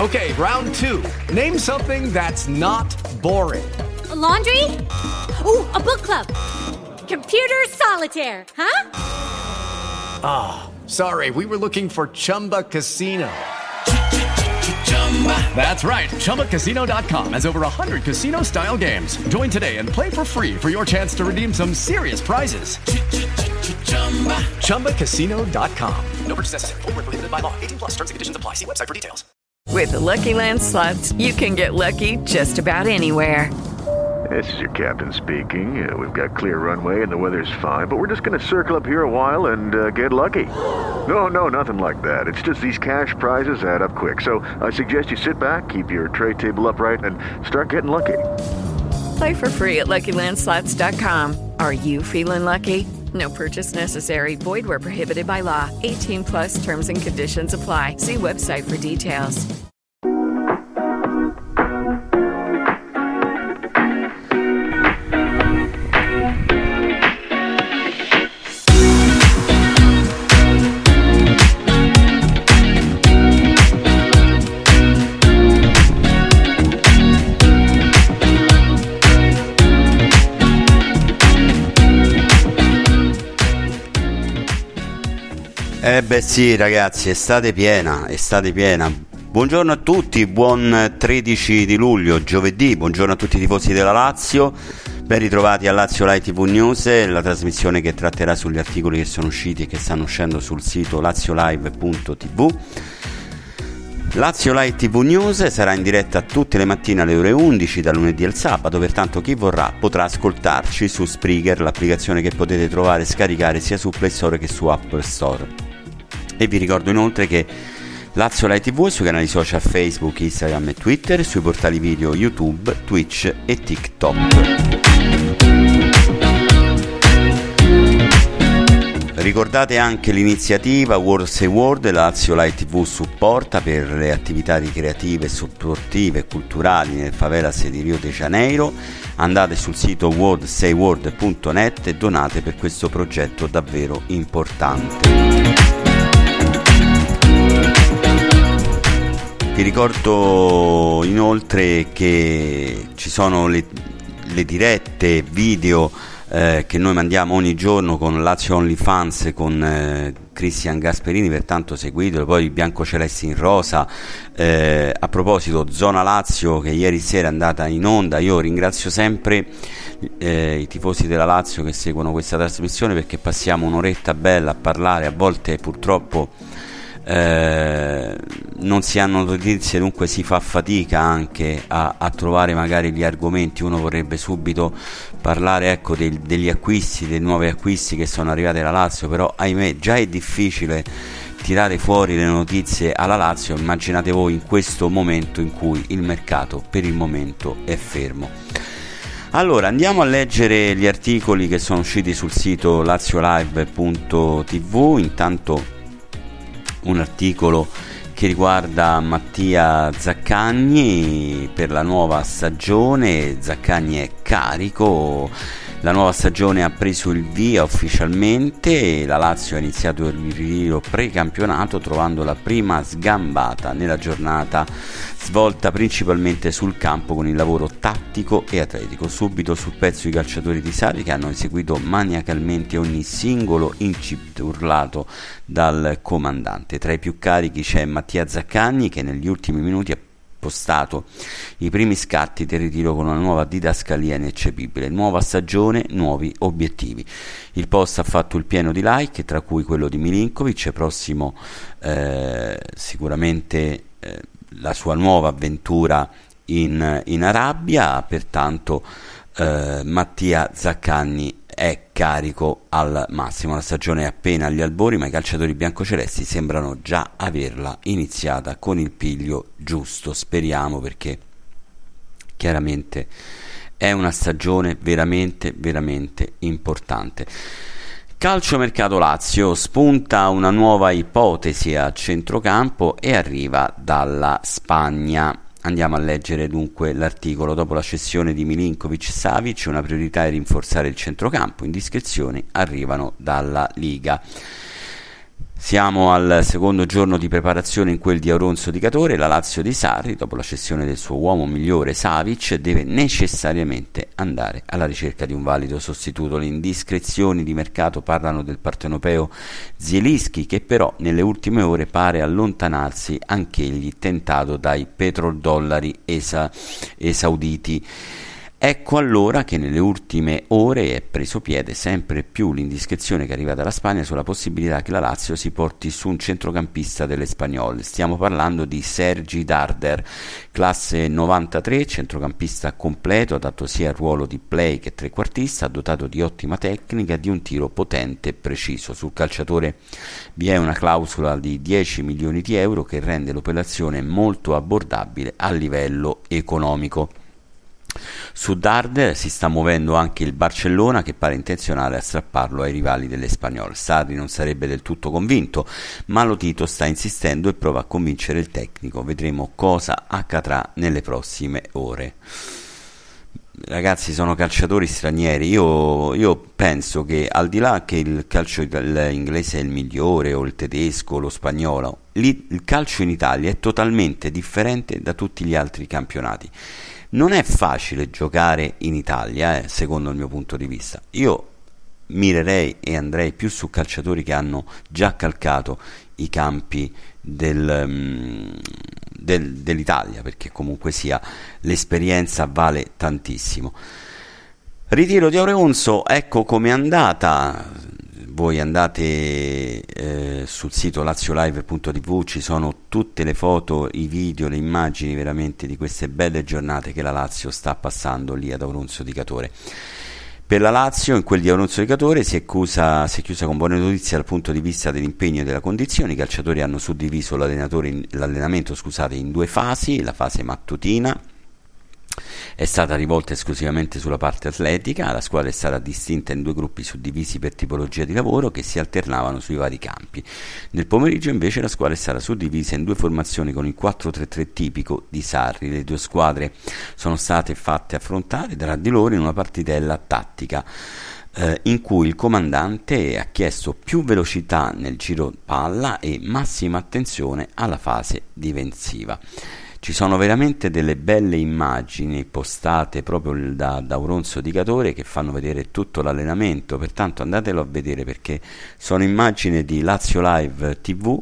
Okay, round two. Name something that's not boring. A laundry? Ooh, a book club. Computer solitaire, huh? Ah, sorry, we were looking for Chumba Casino. That's right, ChumbaCasino.com has over 100 casino-style games. Join today and play for free for your chance to redeem some serious prizes. ChumbaCasino.com. No purchase necessary. Void where prohibited by law. 18+ terms and conditions apply. See website for details. With the Lucky Land Slots, you can get lucky just about anywhere. This is your captain speaking. We've got clear runway and the weather's fine, but we're just going to circle up here a while and get lucky. No, nothing like that. It's just these cash prizes add up quick. So I suggest you sit back, keep your tray table upright, and start getting lucky. Play for free at LuckyLandSlots.com. Are you feeling lucky? No purchase necessary. Void where prohibited by law. 18+ terms and conditions apply. See website for details. Beh sì ragazzi, estate piena. Buongiorno a tutti, buon 13 di luglio, giovedì, buongiorno a tutti i tifosi della Lazio, ben ritrovati a Lazio Live TV News, la trasmissione che tratterà sugli articoli che sono usciti e che stanno uscendo sul sito laziolive.tv. Lazio Live TV News sarà in diretta tutte le mattine alle ore 11 dal lunedì al sabato, pertanto chi vorrà potrà ascoltarci su Spreaker, l'applicazione che potete trovare e scaricare sia su Play Store che su Apple Store. E vi ricordo inoltre che Lazio Live TV è sui canali social Facebook, Instagram e Twitter, sui portali video YouTube, Twitch e TikTok. Ricordate anche l'iniziativa World Say World, Lazio Live TV supporta per le attività ricreative, sportive e culturali nel favelas di Rio de Janeiro. Andate sul sito worldsayworld.net e donate per questo progetto davvero importante. Vi ricordo inoltre che ci sono le dirette video che noi mandiamo ogni giorno con Lazio OnlyFans con Cristian Gasperini, pertanto seguitelo. Poi Biancocelesti in rosa. A proposito, Zona Lazio che ieri sera è andata in onda, io ringrazio sempre i tifosi della Lazio che seguono questa trasmissione, perché passiamo un'oretta bella a parlare, a volte purtroppo non si hanno notizie, dunque si fa fatica anche a trovare magari gli argomenti. Uno vorrebbe subito parlare, ecco, degli acquisti, dei nuovi acquisti che sono arrivati alla Lazio, però ahimè già è difficile tirare fuori le notizie alla Lazio, immaginate voi in questo momento in cui il mercato per il momento è fermo. Allora andiamo a leggere gli articoli che sono usciti sul sito laziolive.tv. Intanto un articolo che riguarda Mattia Zaccagni per la nuova stagione. Zaccagni è carico, la nuova stagione ha preso il via ufficialmente, la Lazio ha iniziato il ritiro precampionato trovando la prima sgambata nella giornata, svolta principalmente sul campo con il lavoro tattico e atletico. Subito sul pezzo i calciatori di Sarri, che hanno eseguito maniacalmente ogni singolo incipit urlato dal comandante. Tra i più carichi c'è Mattia Zaccagni, che negli ultimi minuti ha postato i primi scatti del ritiro con una nuova didascalia ineccepibile: nuova stagione, nuovi obiettivi. Il post ha fatto il pieno di like, tra cui quello di Milinkovic, prossimo sicuramente la sua nuova avventura in Arabia, pertanto Mattia Zaccagni è carico al massimo. La stagione è appena agli albori, ma i calciatori biancocelesti sembrano già averla iniziata con il piglio giusto. Speriamo, perché chiaramente è una stagione veramente importante. Calciomercato Lazio, spunta una nuova ipotesi a centrocampo e arriva dalla Spagna. Andiamo a leggere dunque l'articolo. Dopo la cessione di Milinkovic-Savic, una priorità è rinforzare il centrocampo. Indiscrezioni arrivano dalla Liga. Siamo al secondo giorno di preparazione in quel di Auronzo di Catore. La Lazio di Sarri, dopo la cessione del suo uomo migliore Savic, deve necessariamente andare alla ricerca di un valido sostituto. Le indiscrezioni di mercato parlano del partenopeo Zielinski, che però nelle ultime ore pare allontanarsi anch'egli, tentato dai petrodollari esauditi. Ecco allora che nelle ultime ore è preso piede sempre più l'indiscrezione che arriva dalla Spagna sulla possibilità che la Lazio si porti su un centrocampista dell'Espanyol. Stiamo parlando di Sergi Darder, classe 93, centrocampista completo, adatto sia al ruolo di play che trequartista, dotato di ottima tecnica e di un tiro potente e preciso. Sul calciatore vi è una clausola di 10 milioni di euro che rende l'operazione molto abbordabile a livello economico. Su Darder si sta muovendo anche il Barcellona, che pare intenzionale a strapparlo ai rivali dell'Espanyol. Sarri non sarebbe del tutto convinto, ma Lotito sta insistendo e prova a convincere il tecnico. Vedremo cosa accadrà nelle prossime ore. Ragazzi, sono calciatori stranieri. Io penso che, al di là che il calcio inglese è il migliore, o il tedesco, lo spagnolo, lì il calcio in Italia è totalmente differente da tutti gli altri campionati. Non è facile giocare in Italia, secondo il mio punto di vista. Io mirerei e andrei più su calciatori che hanno già calcato i campi dell'Italia, perché comunque sia l'esperienza vale tantissimo. Ritiro di Auronzo, ecco com'è andata. Voi andate sul sito laziolive.tv, ci sono tutte le foto, i video, le immagini veramente di queste belle giornate che la Lazio sta passando lì ad Auronzo di Catore. Per la Lazio, in quel di Auronzo di Catore, si è chiusa con buone notizie dal punto di vista dell'impegno e della condizione. I calciatori hanno suddiviso l'allenamento in due fasi. La fase mattutina è stata rivolta esclusivamente sulla parte atletica. La squadra è stata distinta in due gruppi suddivisi per tipologia di lavoro che si alternavano sui vari campi. Nel pomeriggio invece la squadra è stata suddivisa in due formazioni con il 4-3-3 tipico di Sarri. Le due squadre sono state fatte affrontare tra di loro in una partitella tattica in cui il comandante ha chiesto più velocità nel giro palla e massima attenzione alla fase difensiva. Ci sono veramente delle belle immagini postate proprio da Auronzo di Catore che fanno vedere tutto l'allenamento, pertanto andatelo a vedere, perché sono immagini di Lazio Live TV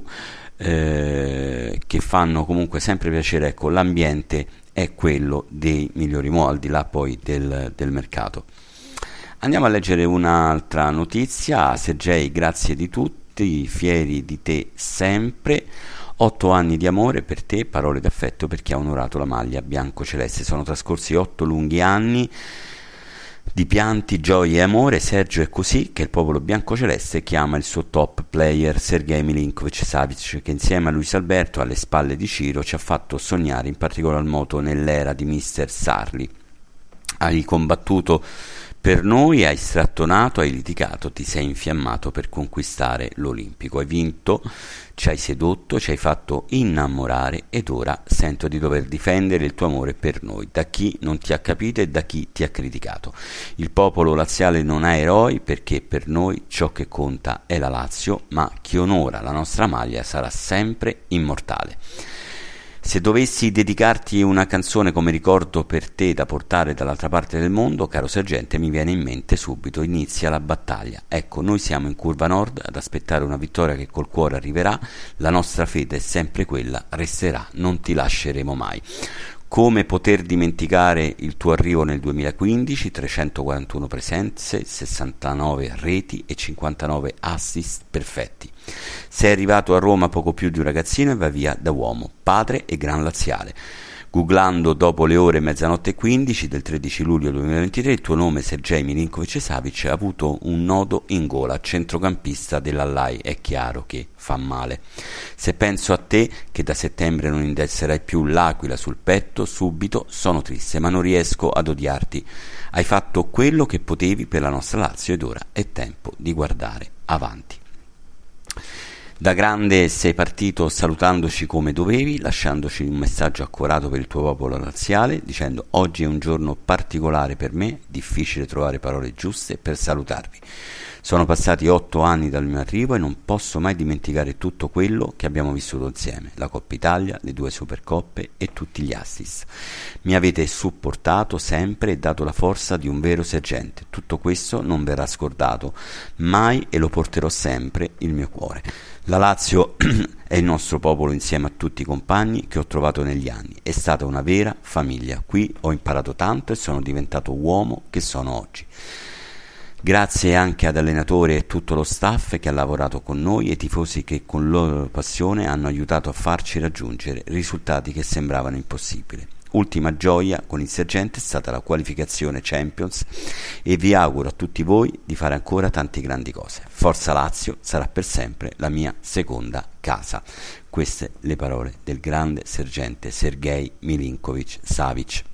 che fanno comunque sempre piacere. Ecco, l'ambiente è quello dei migliori al di là poi del mercato. Andiamo a leggere un'altra notizia. Sergei, grazie di tutti, fieri di te sempre. 8 anni di amore per te, parole d'affetto per chi ha onorato la maglia bianco-celeste. Sono trascorsi 8 lunghi anni di pianti, gioie e amore. Sergio è così che il popolo bianco-celeste chiama il suo top player Sergej Milinkovic-Savic, che insieme a Luis Alberto alle spalle di Ciro ci ha fatto sognare in particolar modo nell'era di Mister Sarri. Hai combattuto per noi, hai strattonato, hai litigato, ti sei infiammato per conquistare l'Olimpico, hai vinto, ci hai sedotto, ci hai fatto innamorare ed ora sento di dover difendere il tuo amore per noi, da chi non ti ha capito e da chi ti ha criticato. Il popolo laziale non ha eroi perché per noi ciò che conta è la Lazio, ma chi onora la nostra maglia sarà sempre immortale. Se dovessi dedicarti una canzone come ricordo per te da portare dall'altra parte del mondo, caro sergente, mi viene in mente subito Inizia la battaglia. Ecco, noi siamo in Curva Nord ad aspettare una vittoria che col cuore arriverà, la nostra fede è sempre quella, resterà, non ti lasceremo mai. Come poter dimenticare il tuo arrivo nel 2015, 341 presenze, 69 reti e 59 assist perfetti. Sei arrivato a Roma poco più di un ragazzino e va via da uomo, padre e gran laziale. Googlando dopo le ore mezzanotte e 15 del 13 luglio 2023 il tuo nome Sergej Milinkovic-Savic ha avuto un nodo in gola, centrocampista dell'Allai, è chiaro che fa male. Se penso a te che da settembre non indosserai più l'aquila sul petto subito sono triste, ma non riesco ad odiarti. Hai fatto quello che potevi per la nostra Lazio ed ora è tempo di guardare avanti. Da grande sei partito salutandoci come dovevi, lasciandoci un messaggio accorato per il tuo popolo laziale, dicendo: oggi è un giorno particolare per me, difficile trovare parole giuste per salutarvi. Sono passati 8 anni dal mio arrivo e non posso mai dimenticare tutto quello che abbiamo vissuto insieme, la Coppa Italia, le 2 Supercoppe e tutti gli assist. Mi avete supportato sempre e dato la forza di un vero sergente. Tutto questo non verrà scordato mai e lo porterò sempre nel mio cuore. La Lazio è il nostro popolo insieme a tutti i compagni che ho trovato negli anni. È stata una vera famiglia. Qui ho imparato tanto e sono diventato uomo che sono oggi. Grazie anche ad allenatori e tutto lo staff che ha lavorato con noi e tifosi che con loro passione hanno aiutato a farci raggiungere risultati che sembravano impossibili. Ultima gioia con il sergente è stata la qualificazione Champions e vi auguro a tutti voi di fare ancora tante grandi cose. Forza Lazio sarà per sempre la mia seconda casa. Queste le parole del grande sergente Sergej Milinković-Savić.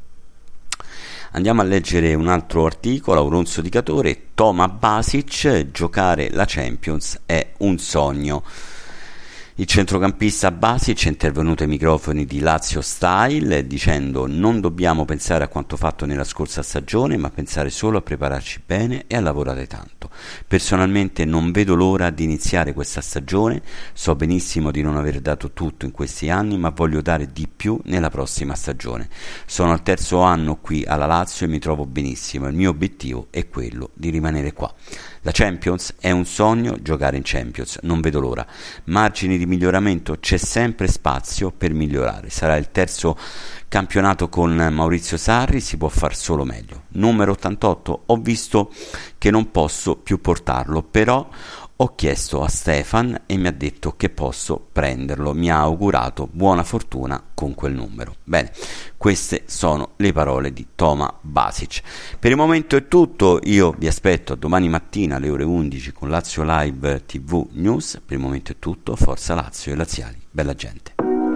Andiamo a leggere un altro articolo, Auronzo di Catore. Toma Basic, giocare la Champions è un sogno. Il centrocampista Basic è intervenuto ai microfoni di Lazio Style dicendo: non dobbiamo pensare a quanto fatto nella scorsa stagione, ma pensare solo a prepararci bene e a lavorare tanto. Personalmente non vedo l'ora di iniziare questa stagione, so benissimo di non aver dato tutto in questi anni, ma voglio dare di più nella prossima stagione. Sono al 3° anno qui alla Lazio e mi trovo benissimo, il mio obiettivo è quello di rimanere qua. La Champions è un sogno, giocare in Champions, non vedo l'ora. Margini di miglioramento, c'è sempre spazio per migliorare. Sarà il 3° campionato con Maurizio Sarri, si può far solo meglio. Numero 88, ho visto che non posso più portarlo, però ho chiesto a Stefan e mi ha detto che posso prenderlo, mi ha augurato buona fortuna con quel numero. Bene, queste sono le parole di Toma Basic. Per il momento è tutto, io vi aspetto domani mattina alle ore 11 con Lazio Live TV News. Per il momento è tutto, forza Lazio e laziali, bella gente.